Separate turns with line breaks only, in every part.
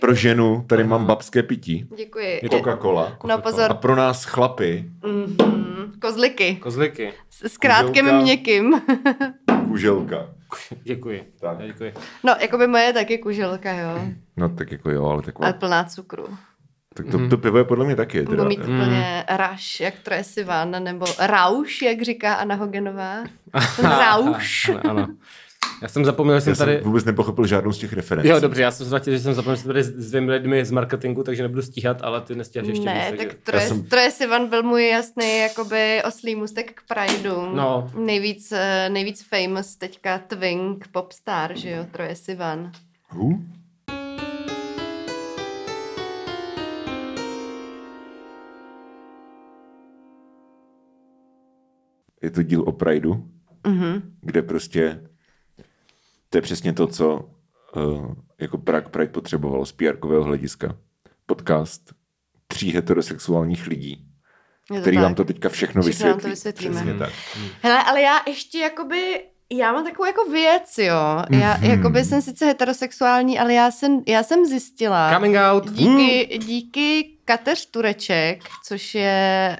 Pro ženu tady mám babské pití.
Děkuji.
Je Coca-Cola.
No pozor.
A pro nás chlapy.
Kozliky. S krátkým měkkým.
Kuželka.
Děkuji.
Tak.
Děkuji.
No, jako by moje taky kuželka, jo.
No tak jako jo, ale taková.
Ale plná cukru.
Tak to pivo je podle mě taky.
Budu mít úplně Rush, jak Troye Sivan, nebo Rauš, jak říká Anna Hogenová. Rauš.
Ano. Já jsem zapomněl, že jsem tady...
jsem vůbec nepochopil žádnou z těch referencí.
Jo, dobře, já jsem zvatil, že jsem zapomněl, že jsem tady s 2 lidmi z marketingu, takže nebudu stíhat, ale ty nestíháš ještě
ne,
víc.
tak Troye Sivan byl můj jasný jakoby oslý můstek k Prideu.
No.
Nejvíc famous teďka twink popstar, že jo, Troye Sivan.
Je to díl o Prideu, kde prostě to je přesně to, co jako Prague Pride potřebovalo z PR-kového hlediska. Podcast 3 heterosexuálních lidí, který vám to teďka všechno vysvětlí.
Vám to vysvětlíme.
Přesně tak.
Hele, ale já ještě jakoby... Já mám takovou jako věc, jo. Já jakoby jsem sice heterosexuální, ale já jsem zjistila...
Coming out!
Díky Kateř Tureček, což je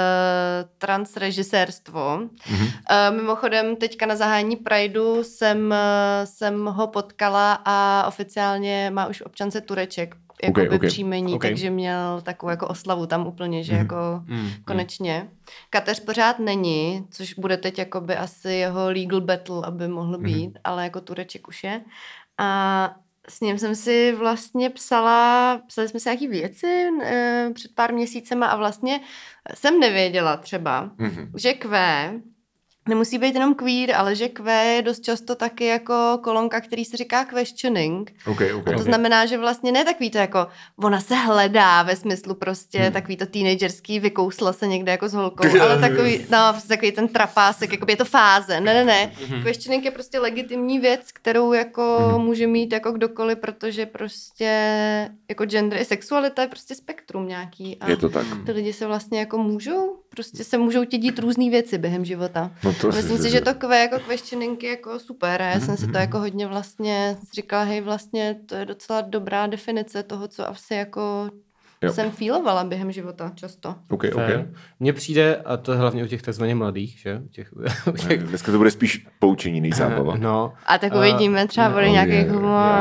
transrežisérstvo. Mimochodem, teďka na zahájení Prideu jsem ho potkala a oficiálně má už občance Tureček. Jakoby příjmení, takže měl takovou jako oslavu tam úplně, že jako konečně. Kateř pořád není, což bude teď jakoby asi jeho legal battle, aby mohl být, ale jako Tureček už je. A s ním jsem si vlastně psali jsme si nějaký věci před pár měsícema a vlastně jsem nevěděla třeba, že nemusí být jenom queer, ale že je dost často taky jako kolonka, který se říká questioning. A to znamená, že vlastně ne takový to jako, ona se hledá ve smyslu prostě takový to teenagerský, vykousla se někde jako s holkou, ale takový ten trapásek, jako je to fáze. Ne. Questioning je prostě legitimní věc, kterou jako může mít jako kdokoliv, protože prostě jako gender i sexualita je prostě spektrum nějaký. A
je to tak.
Ty lidi se vlastně jako můžou ti dít různý věci během života. Myslím si, že to jako questioning je jako super. Já jsem si to jako hodně vlastně říkala, hej, vlastně to je docela dobrá definice toho, co asi jako jsem feelovala během života často.
Okay.
Mně přijde, a to je hlavně u těch takzvaně mladých, že?
Dneska to bude spíš poučení, než zábava.
No.
A tak uvidíme, třeba bude nějaký humor.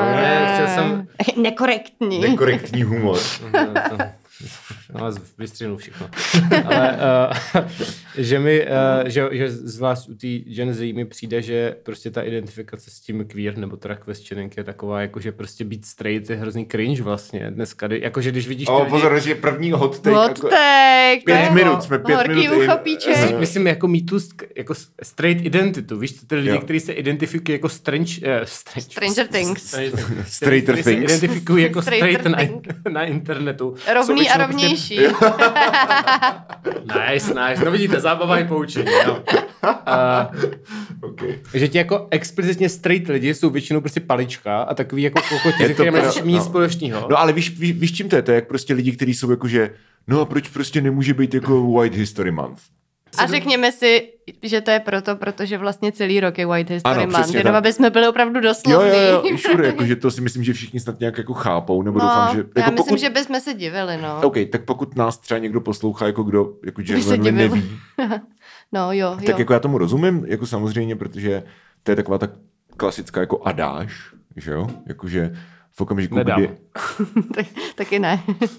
Nekorektní
humor.
No, vystřihnu všechno. Ale že zvlášť u té Gen Z mi přijde, že prostě ta identifikace s tím queer nebo teda questioning je taková, jakože prostě být straight je hrozný cringe vlastně dneska. Jakože když vidíš...
Pozor, že je první hot take.
Hot take!
5 minut, jsme 5 minut.
Horký uchopíček.
Myslím jako mít tu jako straight identitu, víš, to ty lidi, kteří se identifikují jako
Stranger Things.
Straighter Things.
Se identifikují jako straight na internetu.
Rovný a rovnější.
Nice. No vidíte, zábava i poučení. No. Že ti jako explicitně straight lidi jsou většinou prostě palička a takový jako kokoti, se kterými máš nic společného.
No ale víš čím to je? To je jak prostě lidi, kteří jsou jakože, no a proč prostě nemůže být jako White History Month?
A řekněme si, že to je protože vlastně celý rok je White History Month, jenom
tak.
aby jsme byli opravdu doslovní.
Jo, sure, jakože to si myslím, že všichni snad nějak jako chápou, nebo doufám, že...
Já myslím, že bychom se divili, no.
OK, tak pokud nás třeba někdo poslouchá, jako kdo, jako genuinely neví.
No jo.
Tak jako já tomu rozumím, jako samozřejmě, protože to je taková ta klasická jako adáž, že jo? Jakože v okamžiku, kdy...
Taky ne.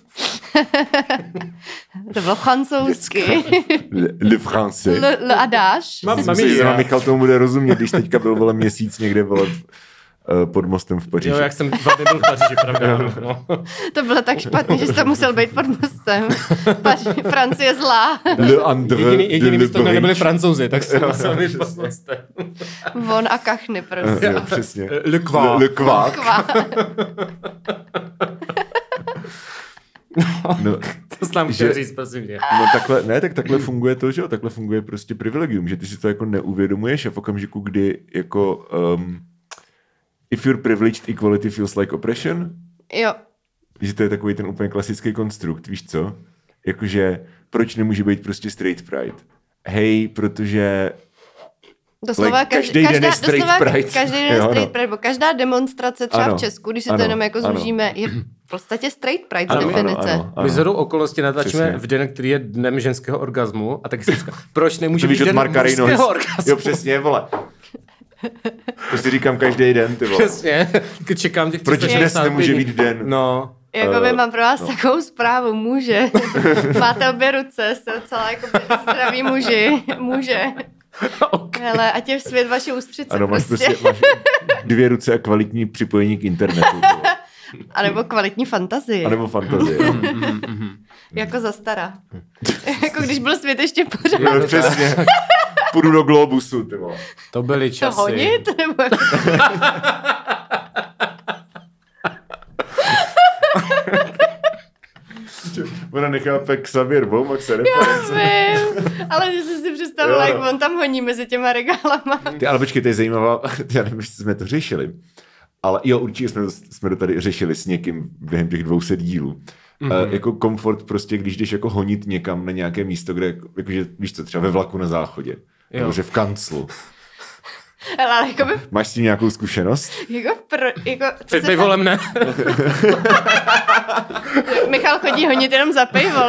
To bylo francouzsky.
Le français.
Le adage.
Myslím, že Michal tomu bude rozumět, když teďka byl měsíc někde pod mostem v Paříži.
Jo, jak jsem 2 dny byl v Paříži, pravda. No.
To bylo tak špatně, že jsi musel být pod mostem. Francie je zlá.
Jediný místo, kde nebyli Francouzi, tak jsem musel být pod mostem.
Von a kachny prostě.
Jo, přesně.
Le Quack. No, to jsem chtěl říct, prosím tě.
No takhle funguje to, že jo? Takhle funguje prostě privilegium, že ty si to jako neuvědomuješ a v okamžiku, kdy jako if you're privileged, equality feels like oppression.
Jo.
Že to je takový ten úplně klasický konstrukt, víš co? Jakože proč nemůže být prostě straight pride? Hej, protože
doslova
každý den je straight pride.
Každý den je straight pride, bo každá demonstrace třeba v Česku, když si to jenom jako zúžíme, je v podstatě straight pride z definice.
Ano.
My shodou okolností natáčíme v den, který je dnem ženského orgazmu a tak si říkám, proč nemůže být den mužského orgazmu?
Jo, přesně, vole. To si říkám každý den, ty vole.
Přesně, čekám těch
proč dnes nemůže být den?
No.
Jakoby mám pro vás takovou zprávu, může. Máte obě ruce, jste docela jakoby zdraví muže. Okay. Hele, ať je svět vaše ústřice.
Ano, máš prostě máš 2 ruce a kvalitní připojení k internetu.
A nebo kvalitní fantazii.
A nebo fantazii.
Jako za stara. Jako když byl svět ještě pořád.
Jo, přesně. Půjdu do Globusu, ty vole.
To byly časy.
To honit? Nebo...
Ona nechápe Xavier Bomax a reference.
Já vím, ale ty jsi si představila, jak on tam honí mezi těma regálama.
Ty, ale počkej, to je zajímavá, já nevím, jestli jsme to řešili, ale jo, určitě jsme to tady řešili s někým během těch 200 dílů. Jako komfort prostě, když jdeš jako honit někam na nějaké místo, kde, jakože, víš co, třeba ve vlaku na záchodě, nebo že v kanclu.
Ale jakoby...
Máš s tím nějakou zkušenost?
Před pivolem ne.
Michal chodí honit jenom za pivo.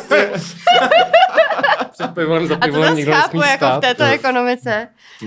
Před pivolem za
a to
pivolem nikdo
chápu
nesmí
jako
stát.
v této ekonomice.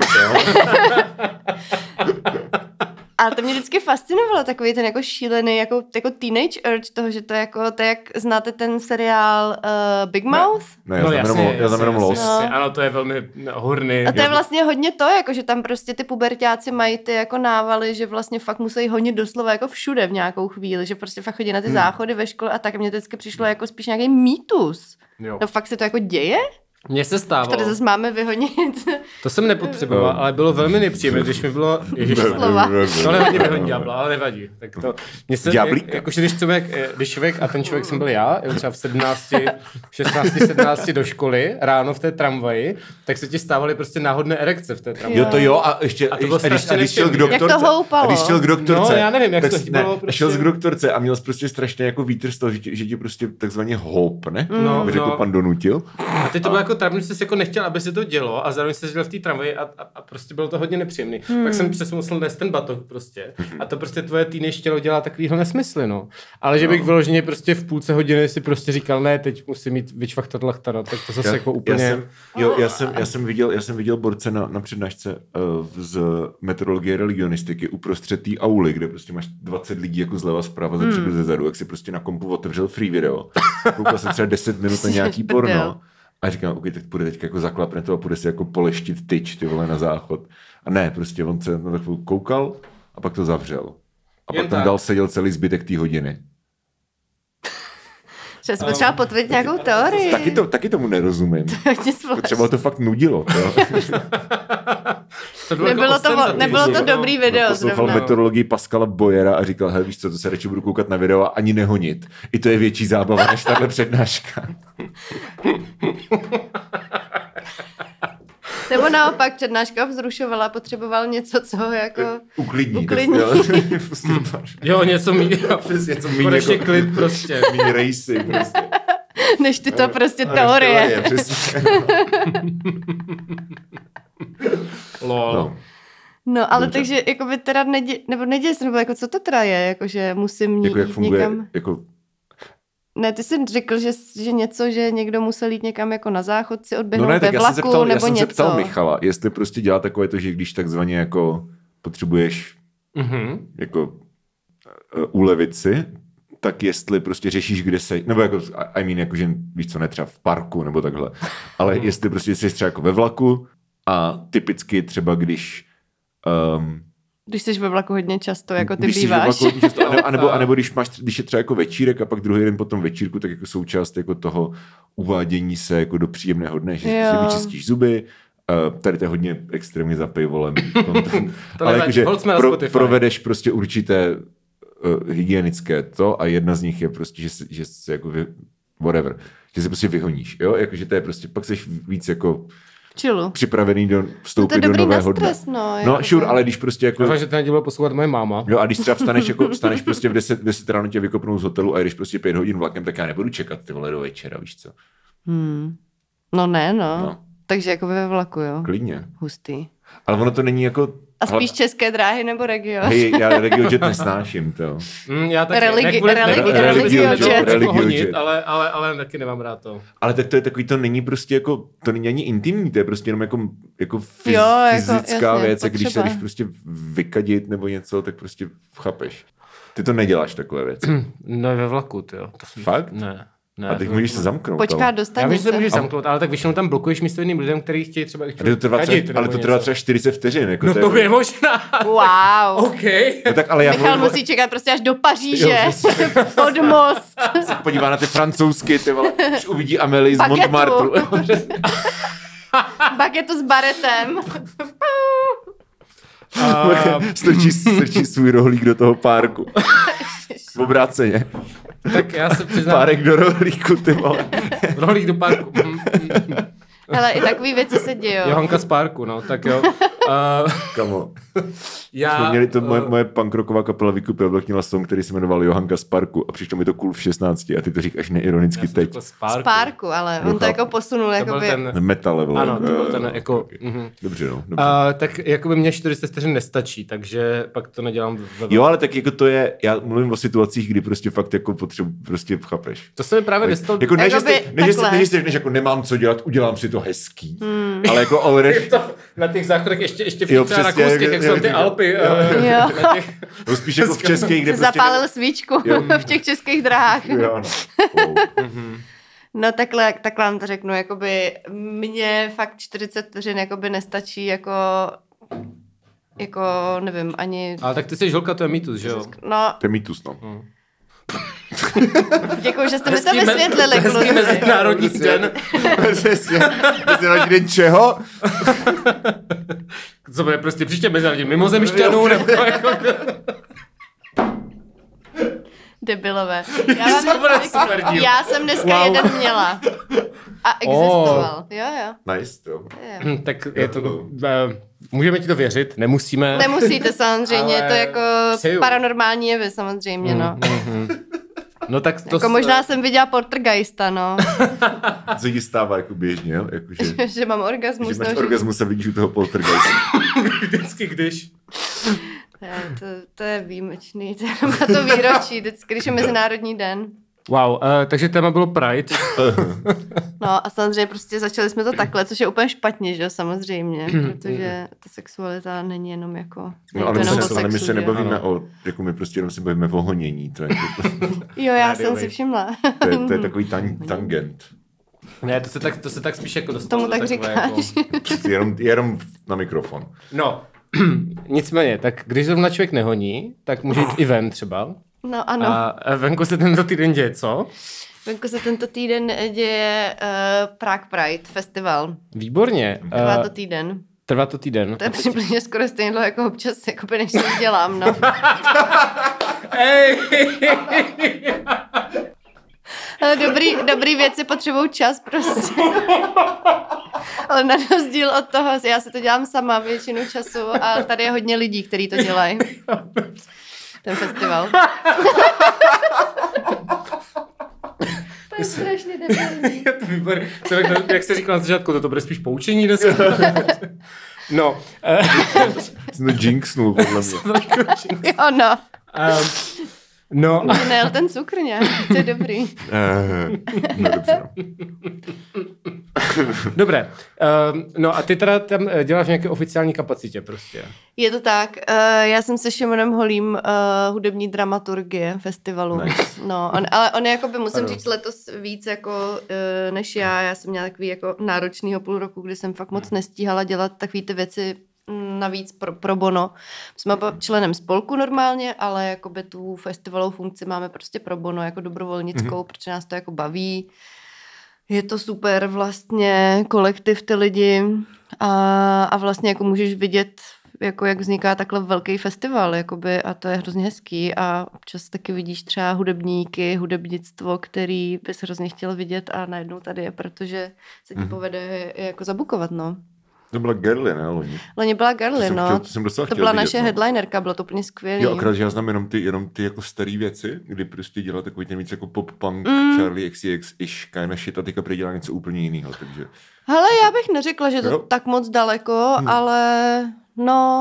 Ale to mě vždycky fascinovalo, takový ten jako šílený, jako teenage urge toho, že to je jako, to jak znáte ten seriál Big Mouth?
Ne, já znám jenom Lost.
Ano, to je velmi horný.
A to je vlastně hodně to, jako, že tam prostě ty puberťáci mají ty jako návaly, že vlastně fakt musí honit doslova jako všude v nějakou chvíli, že prostě fakt chodí na ty záchody ve škole a tak mně to vždycky přišlo jako spíš nějaký mýtus.
Jo.
No fakt se to jako děje?
Mně se stávalo.
Tady zase máme vyhonit.
To jsem nepotřeboval, ale bylo velmi nepříjemné, když mi bylo...
Slova.
Tohle hodně vyhodí ďábla, ale nevadí. Tak to... Jakože když člověk, a ten člověk jsem byl já, třeba v 17 do školy, ráno v té tramvaji, tak se ti stávaly prostě náhodné erekce v té tramvaji.
Jo, to jo, a ještě, a když šel k doktorce.
Jak to houpalo?
A když šel k doktorce.
No, já nevím, jak to hýbalo.
Prostě... Šel k doktorce a měl prostě strašně jako vítr z toho, že ti prostě takzvaně houpne, řekl pan donutil.
A teď to bylo jako trapný, že jsi jako nechtěl, aby se to dělo a zároveň jsi dělal v té tramvaji a prostě bylo to hodně nepříjemný. Pak jsem přesně musel nést ten batoh prostě. A to prostě tvoje teenage tělo dělá takovýhle nesmysly, no. Ale že bych vyloženě prostě v půlce hodiny si prostě říkal, ne, teď musím mít vyčvachtat lachtara, tak to zase jako úplně...
Já jsem viděl borce na přednášce z meteorologie religionistiky uprostřed té auly, kde prostě máš 20 lidí jako zleva zprava, zepředu zezadu, jak si prostě na kompu otevřel free video. Koukal jsem třeba 10 minut na nějaký porno. A říkám, ok, tak půjde teď jako zaklapne to a půjde si jako poleštit tyč, ty vole, na záchod. A ne, prostě on se na takovou koukal a pak to zavřel. A pak tam dál seděl celý zbytek té hodiny.
Že jsme třeba potvrdit nějakou teorii.
Taky tomu nerozumím. Třeba to fakt nudilo.
Nebylo to dobrý video.
Poslouchal meteorologii Pascala Boyera a říkal, hele, víš co, to se radši budu koukat na video a ani nehonit. I to je větší zábava než tahle přednáška.
Nebo naopak přednáška vzrušovala, potřeboval něco, co jako...
Uklidní.
Jo, něco míň. Konečně
jako,
klid prostě.
Míň rejsy prostě.
Než ty to prostě teorie.
Lol.
No, ale dobře. Takže jakoby teda neděje se, nebo jako co to teda je, jakože musím jít
jak funguje,
někam...
Jako...
Ne, ty jsi řekl, že něco, že někdo musel jít někam jako na záchod si odběhnout ve vlaku, nebo něco. Já jsem se ptal
Michala, jestli prostě dělá takové to, že když takzvaně jako potřebuješ jako ulevit si, tak jestli prostě řešíš, kde se, nebo jako, jako že víš co, ne třeba v parku, nebo takhle, ale jestli prostě jsi třeba jako ve vlaku a typicky třeba když
jsi ve vlaku hodně často, jako ty býváš.
Anebo když je třeba jako večírek a pak druhý den po tom večírku, tak jako součást jako toho uvádění se jako do příjemného dne, že si vyčistíš zuby, tady to je hodně extrémně za pivolem. Ale jakože provedeš prostě určité hygienické to a jedna z nich je prostě, že se jako whatever, že se prostě vyhoníš, jo, jakože to je prostě, pak seš víc jako
Chillu.
Připravený vstoupit do nového dne. No, sure, ale když prostě jako...
Doufám, že to nedělalo poslouchat moje máma.
Jo, a když třeba vstaneš prostě v 10 ráno tě vykopnou z hotelu a jdeš prostě 5 hodin vlakem, tak já nebudu čekat ty vole do večera, víš co?
No ne, no. Takže jako ve vlaku, jo.
Klidně.
Hustý.
Ale ono to není jako
A spíš České dráhy nebo Regio?
Hej, já RegioJet nesnáším, to.
Já taky.
RegioJet.
Ale taky nemám rád to.
Ale tak to je takový, to není prostě jako, to není ani intimní, to je prostě jenom jako fyzická věc, a když se jdeš prostě vykadit nebo něco, tak prostě chápeš. Ty to neděláš takové věci.
No ve vlaku, jo.
Fakt?
Ne.
A teď můžeš se zamknout.
Počká, dostane se.
Já vím, že se můžeš zamknout, ale tak většinou tam blokuješ místo jiným lidem, kteří chtějí třeba
ale to trvá třeba 40 vteřin. Jako
no to je možná.
Wow.
OK.
No tak, ale
Michal musí čekat prostě až do Paříže. Pod most.
Se podívá na ty francouzsky, ty vole, už uvidí Amélie z Montmartre.
Bagetu s baretem.
Strčí svůj rohlík do toho párku. V obráceně.
Tak já se přiznám.
Párek do rohlíku, ty vole.
Rohlík do párku.
Hele, i takový věci se dějou.
Johanka z párku, no, tak jo.
Kamo. Jsme měli to, moje punkrocková kapela Výkup Jablok měla song, který se jmenoval Johanka z parku a přišlo mi to cool v 16 a ty to říkáš neironicky teď.
Z párku, ale on to jako posunul.
To byl ten
metal level.
Ano, to byl ten jako...
Dobře, no.
Tak jako by mě 40 vteřin nestačí, takže pak to nedělám
Jo, ale tak jako to je, já mluvím o situacích, kdy prostě fakt jako potřebuji, prostě chápeš.
To se mi právě nestalo.
Jako ne, že si řekneš, jako nemám co dělat, udělám si to hezký. Ale jako already...
Na těch záchodech ještě v těch rakouských, jak jsou ty Alpy.
No spíš jako v českých, kde prostě...
Zapálil svíčku v těch českých dráhách. No takhle vám to řeknu, jakoby mně fakt 40 vteřin jakoby nestačí jako nevím, ani...
Ale tak ty jsi žolka, to je mýtus, že jo?
No.
To je mýtus, no.
Děkuju, že jste mi to vysvětlili, kluci.
Hezký mezinárodní den.
Mezinárodní den čeho?
Co bude prostě příště mezinárodní mimozemšťanů, nebo jako...
Debilové.
Já
jsem dneska jeden měla. A existoval. Jo.
Nice, jo.
Tak je to... Můžeme ti to věřit, nemusíme.
Nemusíte samozřejmě, to jako paranormální jevy samozřejmě, no.
No tak to...
Jako možná jsem viděla poltergeista, no.
Co ti stává jako běžně, jo? Jakože,
že mám orgasmus.
Že máš orgasmus a vidíš u toho poltergeista.
Vždycky, když...
To je výjimečný, to je na to výročí, vždycky, když je Mezinárodní den.
Wow, takže téma bylo Pride.
No a samozřejmě prostě začali jsme to takhle, což je úplně špatně, že jo, samozřejmě, protože ta sexualita není jenom jako...
No ale my se nebavíme o, jako my prostě jenom se bavíme o honění. To je
jo, já jsem si všimla.
To je takový tangent.
Ne, to se tak spíš jako dostalo.
Tomu tak říkáš.
Jako, jenom na mikrofon.
No, nicméně, tak když zrovna člověk nehoní, tak může jít i ven třeba.
No ano.
A venku se tento týden děje co?
Venku se tento týden děje Prague Pride Festival.
Výborně.
Trvá to týden.
Trvá to týden.
To je přibližně skoro stejně dlouho jako občas, jakoby než to dělám, no. Ale dobrý věci potřebují čas prostě. Ale na rozdíl od toho, já si to dělám sama většinu času a tady je hodně lidí, kteří to dělají. Ten festival. To je strašně debilní.
Je to výborné. Jak jste říkal na začátku, to bude spíš poučení dneska. No.
Jsem to jinxnul, podle mě.
Jo, no.
No.
Nejel ten cukr nějak, to je dobrý.
No dobře.
Dobré. No a ty teda tam děláš v nějaké oficiální kapacitě prostě.
Je to tak. Já jsem se Šimonem Holím hudební dramaturgie festivalu.
Nice.
No, ale on je jakoby, musím říct, letos víc jako než já. Já jsem měla takový jako náročnýho půl roku, kdy jsem fakt moc nestíhala dělat takový ty věci navíc pro bono. Jsme členem spolku normálně, ale jakoby tu festivalovou funkci máme prostě pro bono jako dobrovolnickou, protože nás to jako baví. Je to super vlastně kolektiv ty lidi a vlastně jako můžeš vidět, jako jak vzniká takhle velký festival jakoby, a to je hrozně hezký a občas taky vidíš třeba hudebníky, hudebnictvo, který bys hrozně chtěl vidět a najednou tady je, protože se ti povede jako zabukovat, no.
To byla Gerli, ne?
Loni byla Gerli, no.
To
byla
vidět,
naše headlinerka, bylo to úplně skvělý.
Jo, akorát, že já znám jenom ty jako starý věci, kdy prostě dělá takový ten víc jako pop-punk, Charlie XCX-ish kind of shit a teďka prý dělá něco úplně jiného, takže...
Hele, já bych neřekla, že to tak moc daleko, ale no,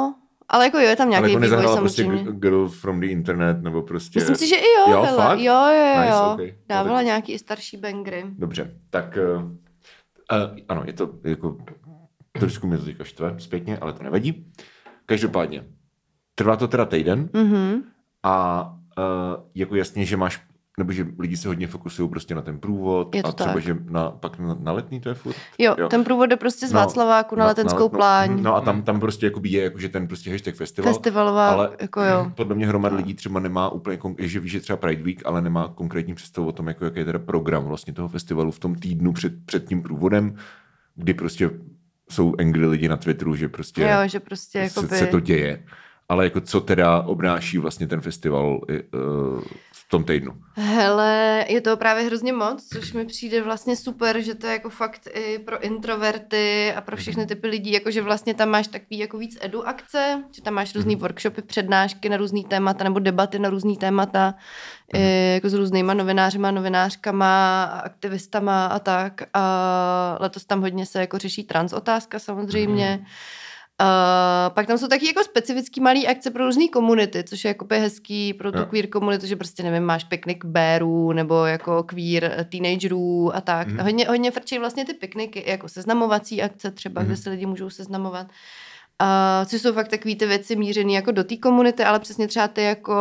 Ale jako jo, je tam nějaký vývoj samozřejmě.
Prostě Girl from the Internet, nebo prostě...
Myslím si, že i jo, hele.
Fakt?
Jo.
Nice, okay.
Dávala nějaký i starší bangry.
Dobře, tak ano, je to jako... Trošku mě to teďka štve zpětně, ale to nevadí. Každopádně, trvá to teda týden a jako jasně, že máš, nebo že lidi se hodně fokusují prostě na ten průvod a třeba, tak. Že pak na Letný to je furt?
Jo, ten průvod jde prostě z Václaváku na Letenskou pláň.
No a tam prostě jakoby je jakože ten prostě hashtag festival.
Festivalová,
ale
jako jo.
Podle mě hromad lidí třeba nemá úplně, že víš, že třeba Pride Week, ale nemá konkrétní představu o tom, jako jaký je teda program vlastně toho festivalu v tom týdnu před tím průvodem, kdy prostě jsou angry lidi na Twitteru, že prostě, se to děje. Ale jako co teda obnáší vlastně ten festival v tom týdnu?
Hele, je to právě hrozně moc, což mi přijde vlastně super, že to je jako fakt i pro introverty a pro všechny typy lidí, jakože vlastně tam máš takový jako víc edu akce, že tam máš různý workshopy, přednášky na různý témata nebo debaty na různý témata, jako s různýma novinářima, novinářkama, aktivistama a tak. A letos tam hodně se jako řeší trans otázka samozřejmě. Pak tam jsou taky jako specifický malý akce pro různý komunity, což je jako hezký pro tu queer komunitu, že prostě nevím, máš piknik bearů nebo jako queer teenagerů a tak. Hodně frčí vlastně ty pikniky, jako seznamovací akce třeba, kde se lidi můžou seznamovat. Což jsou fakt takový ty věci mířený jako do té komunity, ale přesně třeba ty jako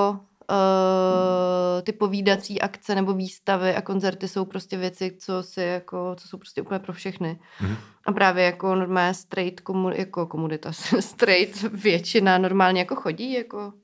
ty povídací akce nebo výstavy a koncerty jsou prostě věci, co jsou prostě úplně pro všechny. A právě jako normálně straight komunita, straight většina normálně jako chodí, jako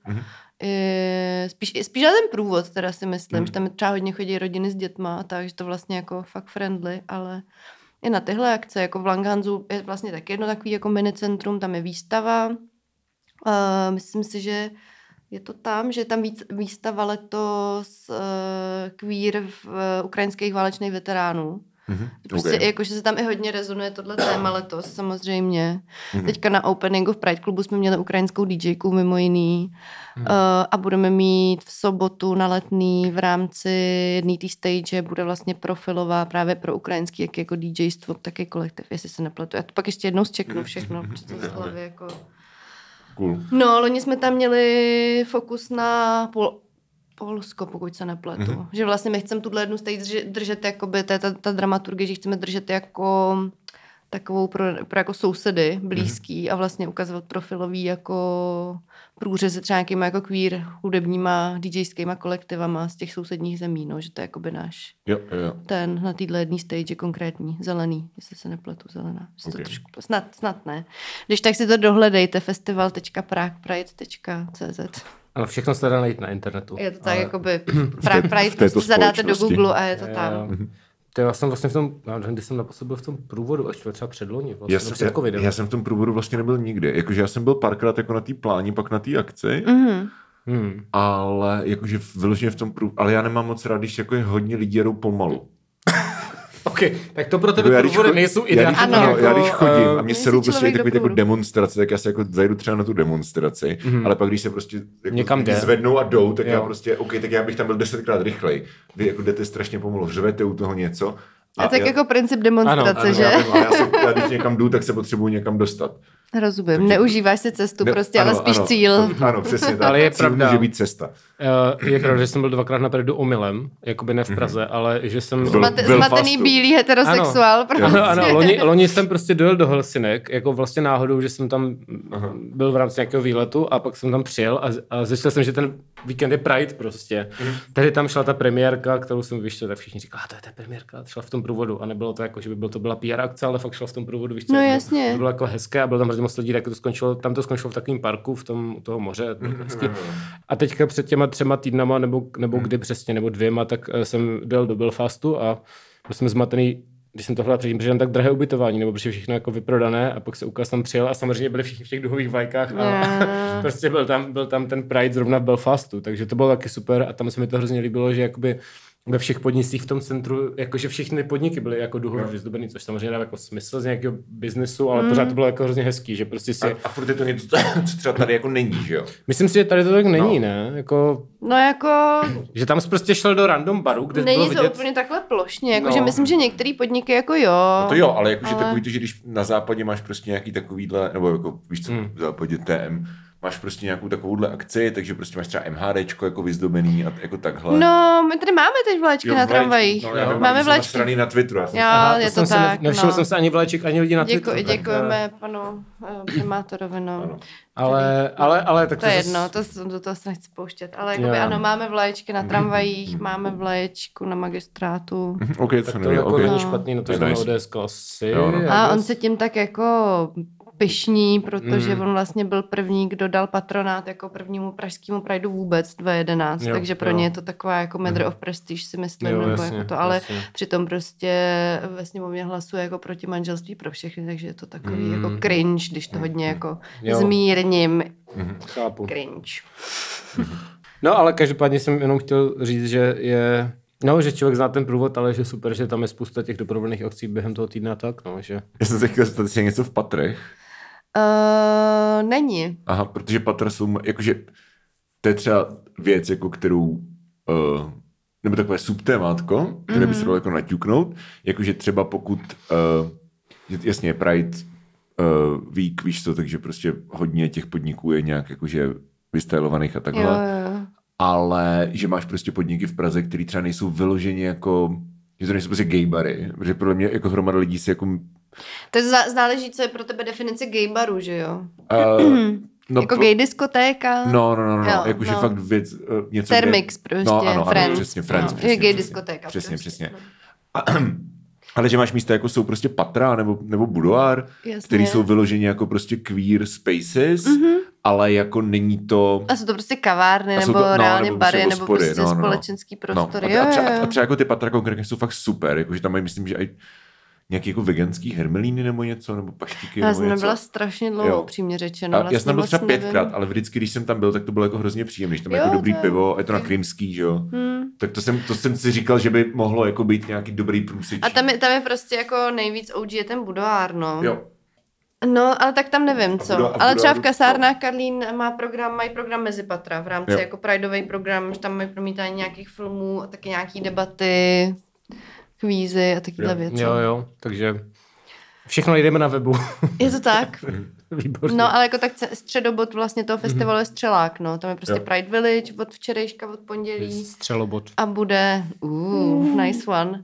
spíš na ten průvod teda si myslím, že tam třeba hodně chodí rodiny s dětma, takže to vlastně jako fakt friendly, ale i na tyhle akce, jako v Langhansu je vlastně taky jedno takový jako minicentrum, tam je výstava. Myslím si, že je to tam, že je tam výstava letos queer ukrajinských válečných veteránů. Prostě jakože se tam i hodně rezonuje tohle téma letos samozřejmě. Teďka na openingu v Pride klubu jsme měli ukrajinskou DJku mimo jiný a budeme mít v sobotu na Letný v rámci jedné té stage bude vlastně profilová právě pro ukrajinský jak jako DJstvo, taky kolektiv, jestli se nepletu. Já to pak ještě jednou zčeknu všechno, protože to z hlavy jako...
Cool.
No, loni jsme tam měli fokus na Polsko, pokud se nepletu. Že vlastně my chceme tuhle jednu stage držet jakoby, to je ta dramaturgie, že chceme držet jako takovou pro jako sousedy blízký a vlastně ukazovat profilový jako průřezy třeba nějakýma jako queer hudebníma DJskýma kolektivama z těch sousedních zemí, no, že to je jakoby náš ten na téhle jedné stage konkrétní, zelený, jestli se nepletu, zelená. Okay. To trošku, snad ne. Když tak si to dohledejte, festival.prague.cz.
Ale všechno se dá najít na internetu.
Je to tak, jakoby Prague Pride, prostě zadáte do Google a je to tam.
Já jsem vlastně v tom, když jsem naposled byl v tom průvodu, až třeba předloni. Vlastně
já jsem v tom průvodu vlastně nebyl nikdy. Jakože já jsem byl párkrát jako na té pláni, pak na té akci, ale jakože vyloženě v tom průvodu, ale já nemám moc rád, když jako je hodně lidí jedou pomalu.
OK, tak to pro tebe průvody nejsou ideální.
Já když chodím a mě sedou prostě takový jako demonstrace, tak já se jako zajdu třeba na tu demonstraci, ale pak když se prostě jako zvednou a jdou, tak já prostě, OK, tak já bych tam byl 10krát rychlej. Vy jako jdete strašně pomalu, řvete u toho něco.
A tak jako princip demonstrace, že?
Já když někam jdu, tak se potřebuji někam dostat.
Rozumím, takže... neužíváš si cestu prostě, ale spíš cíl.
Ano, přesně tak.
Ale je
cíl
pravda,
může být cesta.
Je pravda, že jsem byl 2krát na Prajdu omylem, jakoby ne v Praze, ale že jsem...
Zmatený bílý heterosexuál.
Ano, loni jsem prostě dojel do Helsinek, jako vlastně náhodou, že jsem tam byl v rámci nějakého výletu a pak jsem tam přijel a zjistil jsem, že ten víkend je Pride prostě. Tehdy tam šla ta premiérka, kterou jsem vyšel, tak všichni říkali, to je ta premiérka, šla v tom průvodu a nebylo to jako, že by to byla PR akce, ale fakt šla v tom průvodu, víš co?
No jasně.
To bylo jako hezké a bylo tam moc lidí, tak to skončilo, tam to skončilo v takovém parku, u toho moře. A teďka před těma 3 týdnama, nebo kdy přesně, nebo 2, tak jsem dojel do Belfastu a byl jsem zmatený, když jsem tohle předtím, protože tam tak drahé ubytování, nebo protože všechno jako vyprodané a pak se ukaz tam přijel a samozřejmě byli všichni v těch duhových vajkách a prostě byl tam ten Pride zrovna v Belfastu, takže to bylo taky super a tam se mi to hrozně líbilo, že jakoby ve všech podnicích v tom centru, jakože všechny podniky byly jako duhově vyzdobený, což samozřejmě dává jako smysl z nějakého biznesu, ale pořád to bylo jako hrozně hezký, že prostě si...
A furt je to něco, co třeba tady jako není, že jo?
Myslím si, že tady to tak není, ne? Jako...
No jako...
Že tam jsi prostě šel do random baru, kde
není
bylo vidět...
to úplně takhle plošně, jakože myslím, že některé podniky jako jo.
No to jo, ale jakože takový to, že když na západě máš prostě nějaký takovýhle, nebo jako víš co, v západě TM, máš prostě nějakou takovouhle akci, takže prostě máš třeba MHDčko jako vyzdobený a jako takhle.
No, my tady máme teď vlaječky na tramvajích.
No,
máme vlaječky.
Na Twitteru.
Je to tak.
Nevšiml jsem se ani vlaječek, ani lidí na Twitteru.
Děkujeme panu primátorovi, no.
Ale tak
to je jedno, do toho se nechci pouštět. Ale jakoby, ano, máme vlaječky na tramvajích, máme vlaječku na magistrátu.
Okay,
tak to jako není špatný, no to je ODS klasy.
A on se tím tak jako pyšní, protože on vlastně byl první, kdo dal patronát jako prvnímu pražskému Prideu vůbec 2011, takže pro ně je to taková jako matter of prestige, si myslím, nebo
jasně,
jako to, ale přitom prostě ve sněmovně hlasuje jako proti manželství pro všechny, takže je to takový jako cringe, když to hodně jako zmírním.
Chápu.
Cringe.
No, ale každopádně jsem jenom chtěl říct, že je... No, že člověk zná ten průvod, ale že super, že tam je spousta těch doprovodných akcí během toho týdne a tak, no, že...
Já jsem se chtěl zeptat, jestli je něco v patrech.
Není.
Aha, protože patra jsou, jakože to je třeba věc, jako kterou, nebo takové subtémátko, které by se dalo jako naťuknout, jakože třeba pokud, jasně, Pride Week, víš co, takže prostě hodně těch podniků je nějak jakože vystylovaných a takhle.
Jo.
Ale že máš prostě podniky v Praze, které třeba nejsou vyloženě jako, že to nejsou prostě gay bary, protože podle mě jako hromada lidí si jako...
To záleží, co je pro tebe definice gay baru, že jo?
No,
jako gay diskotéka.
No, jakože fakt věc, něco...
Termix prostě,
ano,
Friends.
Přesně, Friends.
Je gay diskotéka.
Přesně. Ale že máš místa, jako jsou prostě patra nebo budoár, který jsou vyloženě jako prostě queer spaces, ale jako není to...
A jsou to prostě kavárny, nebo reálně bary, nebo prostě společenský prostory.
A třeba jako ty patra konkrétně jsou fakt super, jakože tam mají, myslím, že i nějaký jako veganský hermelíny nebo něco, nebo paštíky.
Já jsem nebyla strašně dlouho, upřímně řečeno.
Vlastně já jsem tam byl třeba 5krát, ale vždycky, když jsem tam byl, tak to bylo jako hrozně příjemné, když tam jako dobrý pivo, je to na Krymský, že jo. Tak to jsem si říkal, že by mohlo jako být nějaký dobrý průsečí.
A tam je prostě jako nejvíc OG je ten budoár, no.
Jo.
No, ale tak tam nevím, co. Ale třeba v kasárnách Karlín mají program Mezipatra v rámci jako Prideový program, že tam mají promítání nějakých filmů a taky nějaký debaty, kvízy a takovéhle věci.
Jo, takže všechno jdeme na webu.
Je to tak?
Výborně.
No, ale jako tak středobod vlastně toho festivalu je Střelák, no. Tam je prostě Pride Village od včerejška, od pondělí.
Střelobod.
A bude, nice one.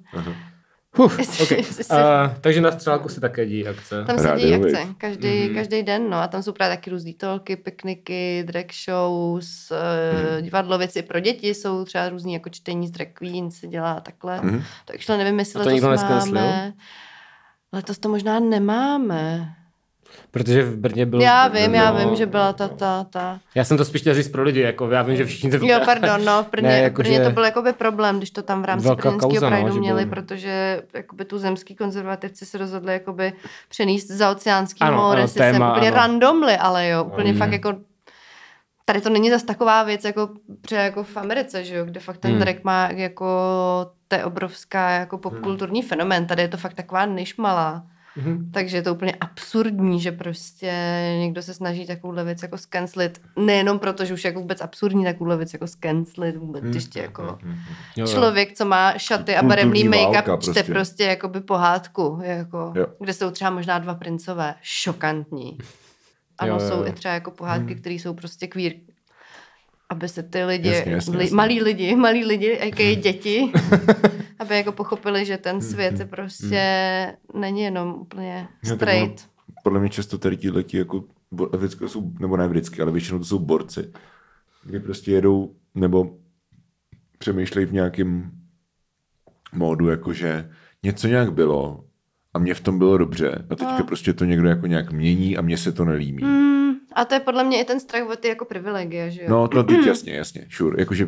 Okay. Takže na Střeláku se také dějí akce.
Tam se dějí akce, každý den, no. A tam jsou právě taky různý talky, pikniky, drag shows, divadlo, věci pro děti, jsou třeba různý jako čtení z drag queen, se dělá takhle. Takže nevím, jestli letos máme. Letos to možná nemáme.
Protože v Brně bylo...
Já vím, že byla ta.
Já jsem to spíš chtěl říct pro lidi, jako já vím, že všichni to...
Jo, pardon, no, v Brně to byl jakoby problém, když to tam v rámci brněnského Prideu měli, protože jakoby tu zemský konzervativci se rozhodli jakoby přenést za oceánský moře, si sem úplně randomly, ale jo, úplně fakt jako... Tady to není zas taková věc, jako v Americe, že jo, kde fakt ten drag má jako... To je obrovská jako popkulturní fenomén, tady je to fakt taková malá. Takže je to úplně absurdní, že prostě někdo se snaží takovouhle věc jako scancelit. Nejenom proto, že už je jako vůbec absurdní takovouhle věc jako scancelit vůbec ještě jako člověk, co má šaty a barevný make-up, čte prostě jakoby pohádku, jako, kde jsou třeba možná 2 princové. Šokantní. Ano, jsou i třeba jako pohádky, které jsou prostě queer. Aby se ty lidi, malí lidi, jaké děti, aby jako pochopili, že ten svět je prostě není jenom úplně straight.
Podle mě často tady ti leti jako vždycky jsou, nebo ne vždycky, ale většinou to jsou borci, kdy prostě jedou nebo přemýšlejí v nějakém módu, jakože něco nějak bylo a mně v tom bylo dobře a teďka prostě to někdo jako nějak mění a mně se to nelíbí.
A to je podle mě i ten strach o ty jako privilegia, že jo?
No, to teď jasně, sure. Jakože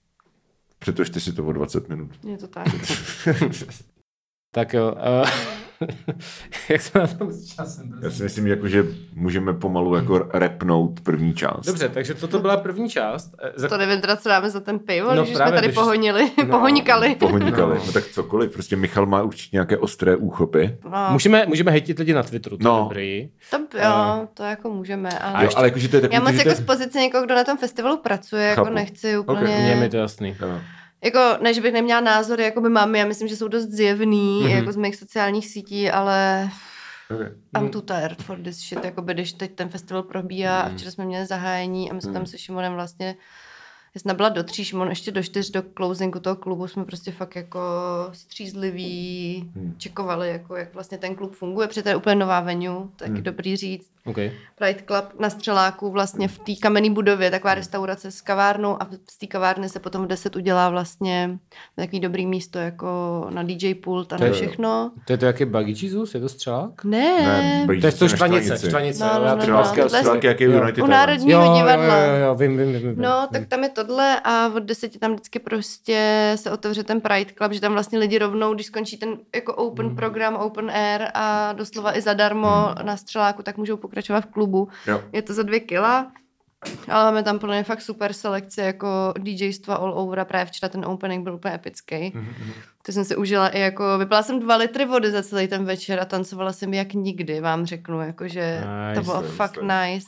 přetožte si to o 20 minut.
Je to tak.
Tak jo. Jak jsme na tom s časem?
Já si myslím, jako, že můžeme pomalu jako rapnout první část.
Dobře, takže toto byla první část.
To nevím teda, co dáme za ten pivo, když jsme tady pohonikali.
No tak cokoliv, prostě Michal má určitě nějaké ostré úchopy.
No.
Můžeme hejtit lidi na Twitteru, to je dobrý.
To jako můžeme. Ale,
ale jakože to je takový,
já moc jako z pozice někoho, kdo na tom festivalu pracuje, jako nechci úplně...
Mně je to jasný.
No.
Jako, ne, že bych neměla názory, jako by mám, já myslím, že jsou dost zjevný, jako z mých sociálních sítí, ale I'm too tired for this shit, jako by, když teď ten festival probíhá a včera jsme měli zahájení a my jsme tam se Šimonem vlastně, já jsem byla do 3, Šimon ještě do 4 do closingu toho klubu, jsme prostě fakt jako střízliví, čekovali, jako, jak vlastně ten klub funguje, protože to je úplně nová venue, taky dobrý říct.
Okay.
Pride Club na Střeláku vlastně v té kamenné budově, taková restaurace s kavárnou a z té kavárny se potom v 10 udělá vlastně takový dobrý místo jako na DJ pult a na všechno.
To je to jaký Buggy Jesus? Je to Střelák?
Ne.
To je to Štvanice.
Střelák, jaký je United
u Národního divadla.
Jo, vím.
No, tak tam je tohle a od 10 tam vždycky prostě se otevře ten Pride Club, že tam vlastně lidi rovnou, když skončí ten jako open program, open air a doslova i zadarmo na Střeláku, tak můžou pokračovat v klubu. Jo. Je to za 2 kila, ale máme tam plně fakt super selekce jako DJstva all over a právě včera ten opening byl úplně epický. To jsem si užila i jako, vypila jsem 2 litry vody za celý ten večer a tancovala jsem jak nikdy, vám řeknu, jakože to bylo fakt nice.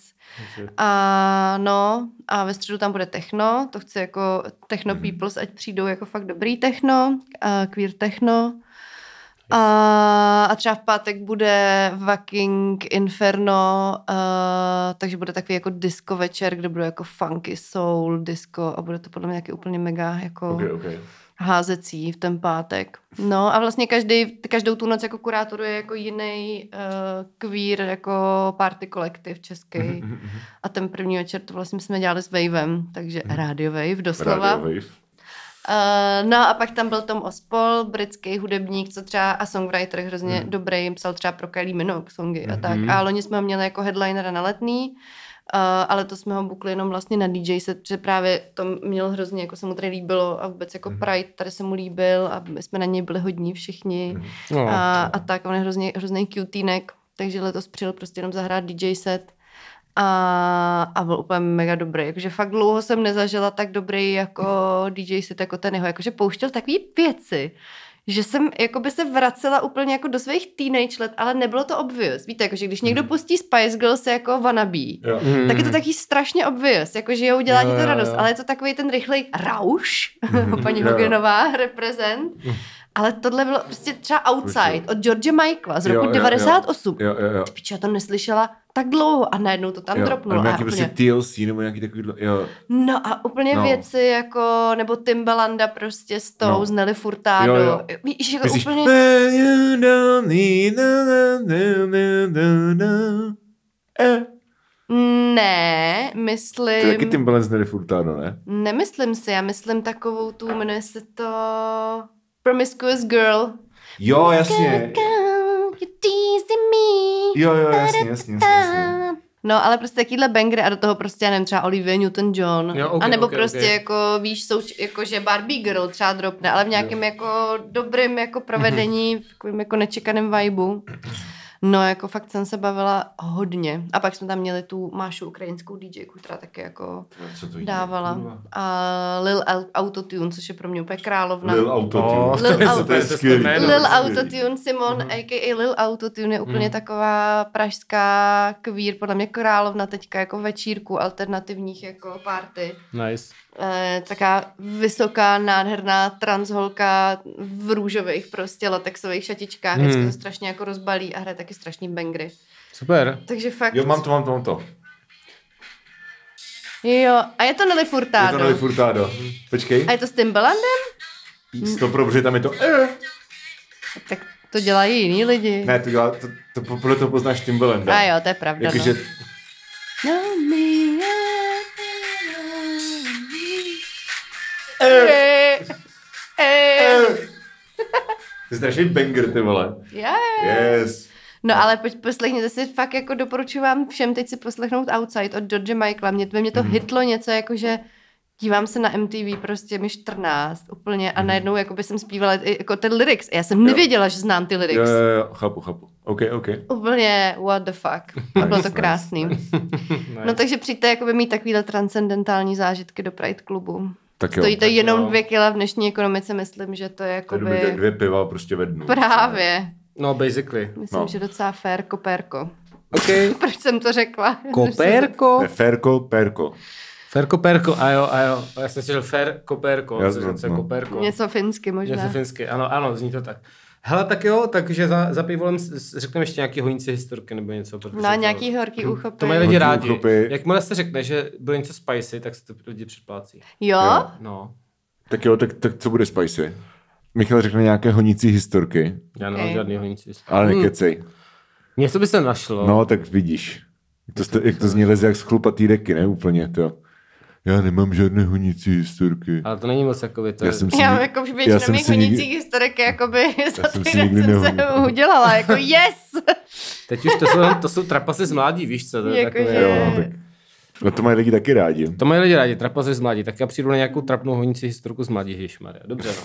A ve středu tam bude techno, to chci jako techno peoples, ať přijdou jako fakt dobrý techno, queer techno. A třeba v pátek bude Waking Inferno, takže bude takový jako disco večer, kde bude jako funky soul, disco a bude to podle mě nějaký úplně mega jako házecí v ten pátek. No a vlastně každou tu noc jako kurátoruje jako jiný queer jako party kolektiv český. A ten první večer to vlastně jsme dělali s Wavem, takže Radio Wave doslova.
Radio Wave.
No a pak tam byl Tom Ospol, britský hudebník, co třeba a songwriter hrozně dobrý, psal třeba pro Kylie Minogue songy a tak. A loni jsme ho měli jako headlinera na Letný, ale to jsme ho bukli jenom vlastně na DJ set, protože právě to měl hrozně, jako se mu tady líbilo a vůbec jako Pride tady se mu líbil a my jsme na něj byli hodní všichni a tak, on je hrozný cutínek, takže letos přijel prostě jenom zahrát DJ set. A byl úplně mega dobrý. Jakože fakt dlouho jsem nezažila tak dobrý jako DJ set jako ten jeho. Jakože pouštěl takový věci, že jsem jakoby se vracela úplně jako do svých teenage let, ale nebylo to obvious. Víte, jakože když někdo pustí Spice Girls jako Wannabe, tak je to taky strašně obvious. Jakože jo, udělá ti to radost, ale je to takový ten rychlej rauš, paní Hoganová, reprezent. Ale tohle bylo prostě třeba Outside od George Michaela z roku 98. Ty piče, já to neslyšela tak dlouho a najednou to tam dropnulo.
Ale nějaký prostě TLC nebo nějaký takový...
No a úplně věci jako, nebo Timbalanda prostě s tou, z Nelly Furtado. Víš, jako myslíš, úplně... Ne, myslím...
To je taky Timbaland z Nelly Furtado, ne?
Nemyslím si, já myslím takovou tu, jmenuje se to... Promiscuous Girl.
Jo, jasně. Jo, jasně.
No, ale prostě takovýhle bangry a do toho prostě, já nevím, třeba Olivia Newton-John. A nebo jako, víš, jakože Barbie Girl třeba dropne, ale v nějakém jako dobrým jako provedení, v takovým jako nečekaném vibu. No, jako fakt jsem se bavila hodně. A pak jsme tam měli tu Mášu ukrajinskou DJku, která taky jako dávala. A Lil Autotune, což je pro mě úplně královna.
Lil Autotune.
Lil Autotune, Simon, a.k.a. Lil Autotune je úplně taková pražská queer, podle mě královna teďka jako večírku alternativních jako party.
Nice.
Taká vysoká, nádherná transholka v růžových prostě latexových šatičkách. Vždycky to strašně jako rozbalí a hraje taky strašný bangry.
Super.
Takže fakt...
Jo, mám to.
Jo, a je to Nelly Furtado.
Počkej.
A je to s Timbalandem?
100%, protože tam je to...
Tak to dělají jiní lidi.
Ne, to dělá, to podle toho poznáš Timbalanda.
A jo, to je pravda,
Jakože... To je strašný banger, ty vole. Yes.
No ale poslechněte si, fakt jako doporučuji vám všem teď si poslechnout Outside od George Michaela. Mě to hitlo něco jako, že dívám se na MTV, prostě mi 14 úplně a najednou jakoby jsem zpívala jako ten lyrics. Já jsem nevěděla, že znám ty lyrics.
Jo, chápu. OK.
Úplně what the fuck. Bylo to krásný. No takže přijďte jakoby mít takovýhle transcendentální zážitky do Pride klubu. Stojí to jenom 2 kila v dnešní ekonomice, myslím, že to je jakoby...
2 piva prostě ve dnu.
Právě.
No, basically.
Myslím, že docela fair kopérko.
OK.
Proč jsem to řekla?
Kopérko?
Ne, Ferko, Perko.
Ferko, perko, a jo. Já jsem si řekl fer, kopérko. Kopérko.
Něco finsky možná.
Něco finsky, ano, zní to tak. Hele, tak jo, takže za pivolem řekneme ještě nějaký honící historky nebo něco.
No, nějaký horký uchopy.
To mají lidi rádi. Jakmile se řekne, že bylo něco spicy, tak se to lidi předplácí.
Jo?
No.
Tak jo, tak co bude spicy? Michal řekne nějaké honící historky.
Já nemám žádný honící historky.
Ale nekecej.
Něco by se našlo.
No, tak vidíš. Jak to zní leze jak z chlupatý deky, ne? Úplně to. Já nemám žádné honící historky.
Ale to není moc jakoby to.
Já jako většinou mých honících historek jakoby za týden jsem se udělala, jako yes!
Teď už to jsou trapasy z mládí, víš co? To je
jako
takové,
jo, tak. No to mají lidi taky rádi.
To mají lidi rádi, trapasy z mládí. Tak já přijdu na nějakou trapnou honící historku z mládí, ježišmarja. Dobře, no.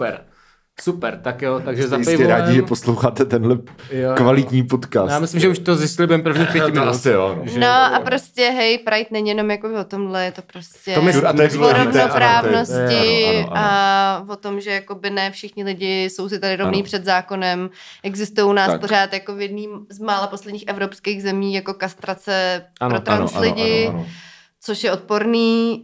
Super, tak jo, takže za pivolem...
Jste rádi, že posloucháte tenhle kvalitní podcast.
Já myslím, že už to zjistili během prvních 5 minut.
Asi jo, no.
No a prostě hej, Pride není jenom jako o tomhle, je to prostě
o
rovnoprávnosti a o tom, že jakoby ne všichni lidi jsou si tady rovný před zákonem. Existují u nás pořád jako v jedný z mála posledních evropských zemí jako kastrace pro trans lidi. Což je odporný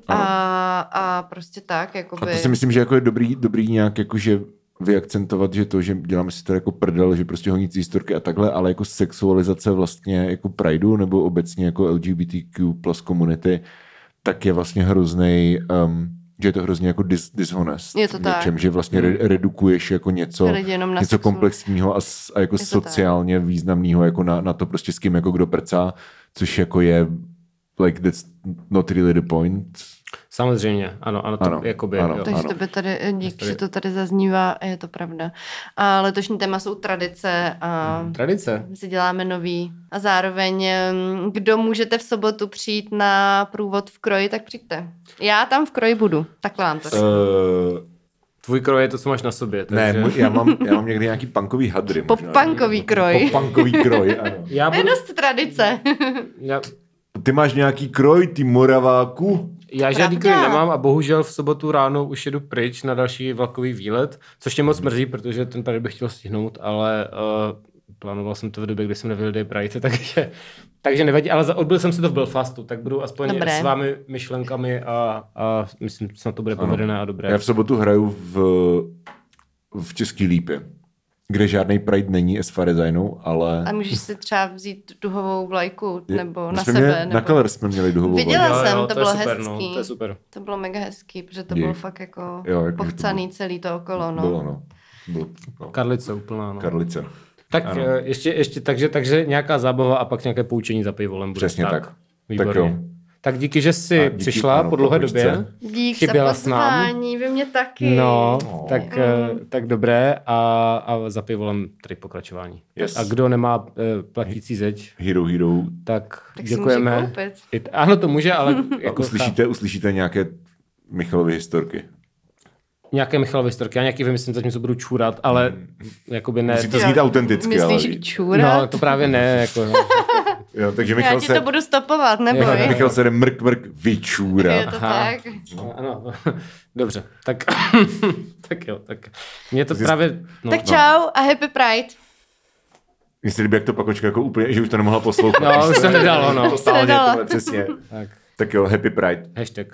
a prostě tak. Jakoby...
A to si myslím, že jako je dobrý nějak jakože vyakcentovat, že to, že děláme si to jako prdel, že prostě honící historky a takhle, ale jako sexualizace vlastně jako Prideu nebo obecně jako LGBTQ plus komunity, tak je vlastně hroznej, že je to hrozně jako dishonest.
Je to tak.
Že vlastně redukuješ jako něco komplexního a jako sociálně významného jako na to prostě s kým jako kdo prcá, což jako je like that's not really the point.
Samozřejmě, ano, to jakoby.
Ano,
jo.
Takže to by tady, díky, že to tady zaznívá, je to pravda. A letošní téma jsou tradice. A
tradice?
My si děláme nový. A zároveň, kdo můžete v sobotu přijít na průvod v kroji, tak přijďte. Já tam v kroji budu, takhle vám to řeknu.
Tvůj kroj je to, co máš na sobě. Takže...
Ne, já mám někdy nějaký punkový hadry.
Pop-punkový kroj.
Pop-punkový kroj, ano.
Je dost tradice.
Ty máš nějaký kroj, ty Moraváku?
Já žádný kroj nemám a bohužel v sobotu ráno už jedu pryč na další vlakový výlet, což mě moc mrzí, protože ten tady bych chtěl stihnout, ale plánoval jsem to v době, kdy jsem nevěděl Day Pride, takže nevadí, ale odbyl jsem si to v Belfastu, tak budu aspoň s vámi myšlenkami a myslím, že snad to bude povedené a dobré.
Já v sobotu hraju v Český Lípě, kde žádný Pride není as far as I know, ale...
A můžeš si třeba vzít duhovou vlajku nebo na sebe.
Na Color jsme měli duhovou vlajku.
Viděla jsem, to bylo hezký.
No, to je super.
To bylo mega hezký, protože to bylo fakt jako pochcaný celý to okolo. No.
Bylo.
Karlice úplná. No.
Karlice.
Tak ještě takže nějaká zábava a pak nějaké poučení za pivolem bude.
Přesně tak.
Výborně.
Tak jo.
Tak díky, že jsi přišla po dlouhé době.
Díky za pozvání, vy mě taky.
No, tak dobré a za pivolem tady pokračování.
Yes.
A kdo nemá platící zeď,
Hero,
tak
děkujeme.
Si může koupit.
Ano, to může, ale... jako
uslyšíte nějaké Michalovy historky.
Nějaké Michalovy historky, já nějaký vymyslím, zatím se budu čůrat, ale jakoby ne.
Musí to znít autenticky.
Myslíš
ale...
čůrat?
No, to právě ne. Jako, no.
Jo, takže Michal
já ti to budu stopovat, neboj.
Michal se jde mrk vyčůrat.
Je to tak.
Ano, dobře, tak jo, tak mě to právě... No,
tak čau a happy Pride.
Mně se líbí, jak to Pakočka jako úplně, že už to nemohla poslouchat.
No, už se nedalo, no.
Nedala.
Přesně. Tak jo, happy Pride.
Hashtag.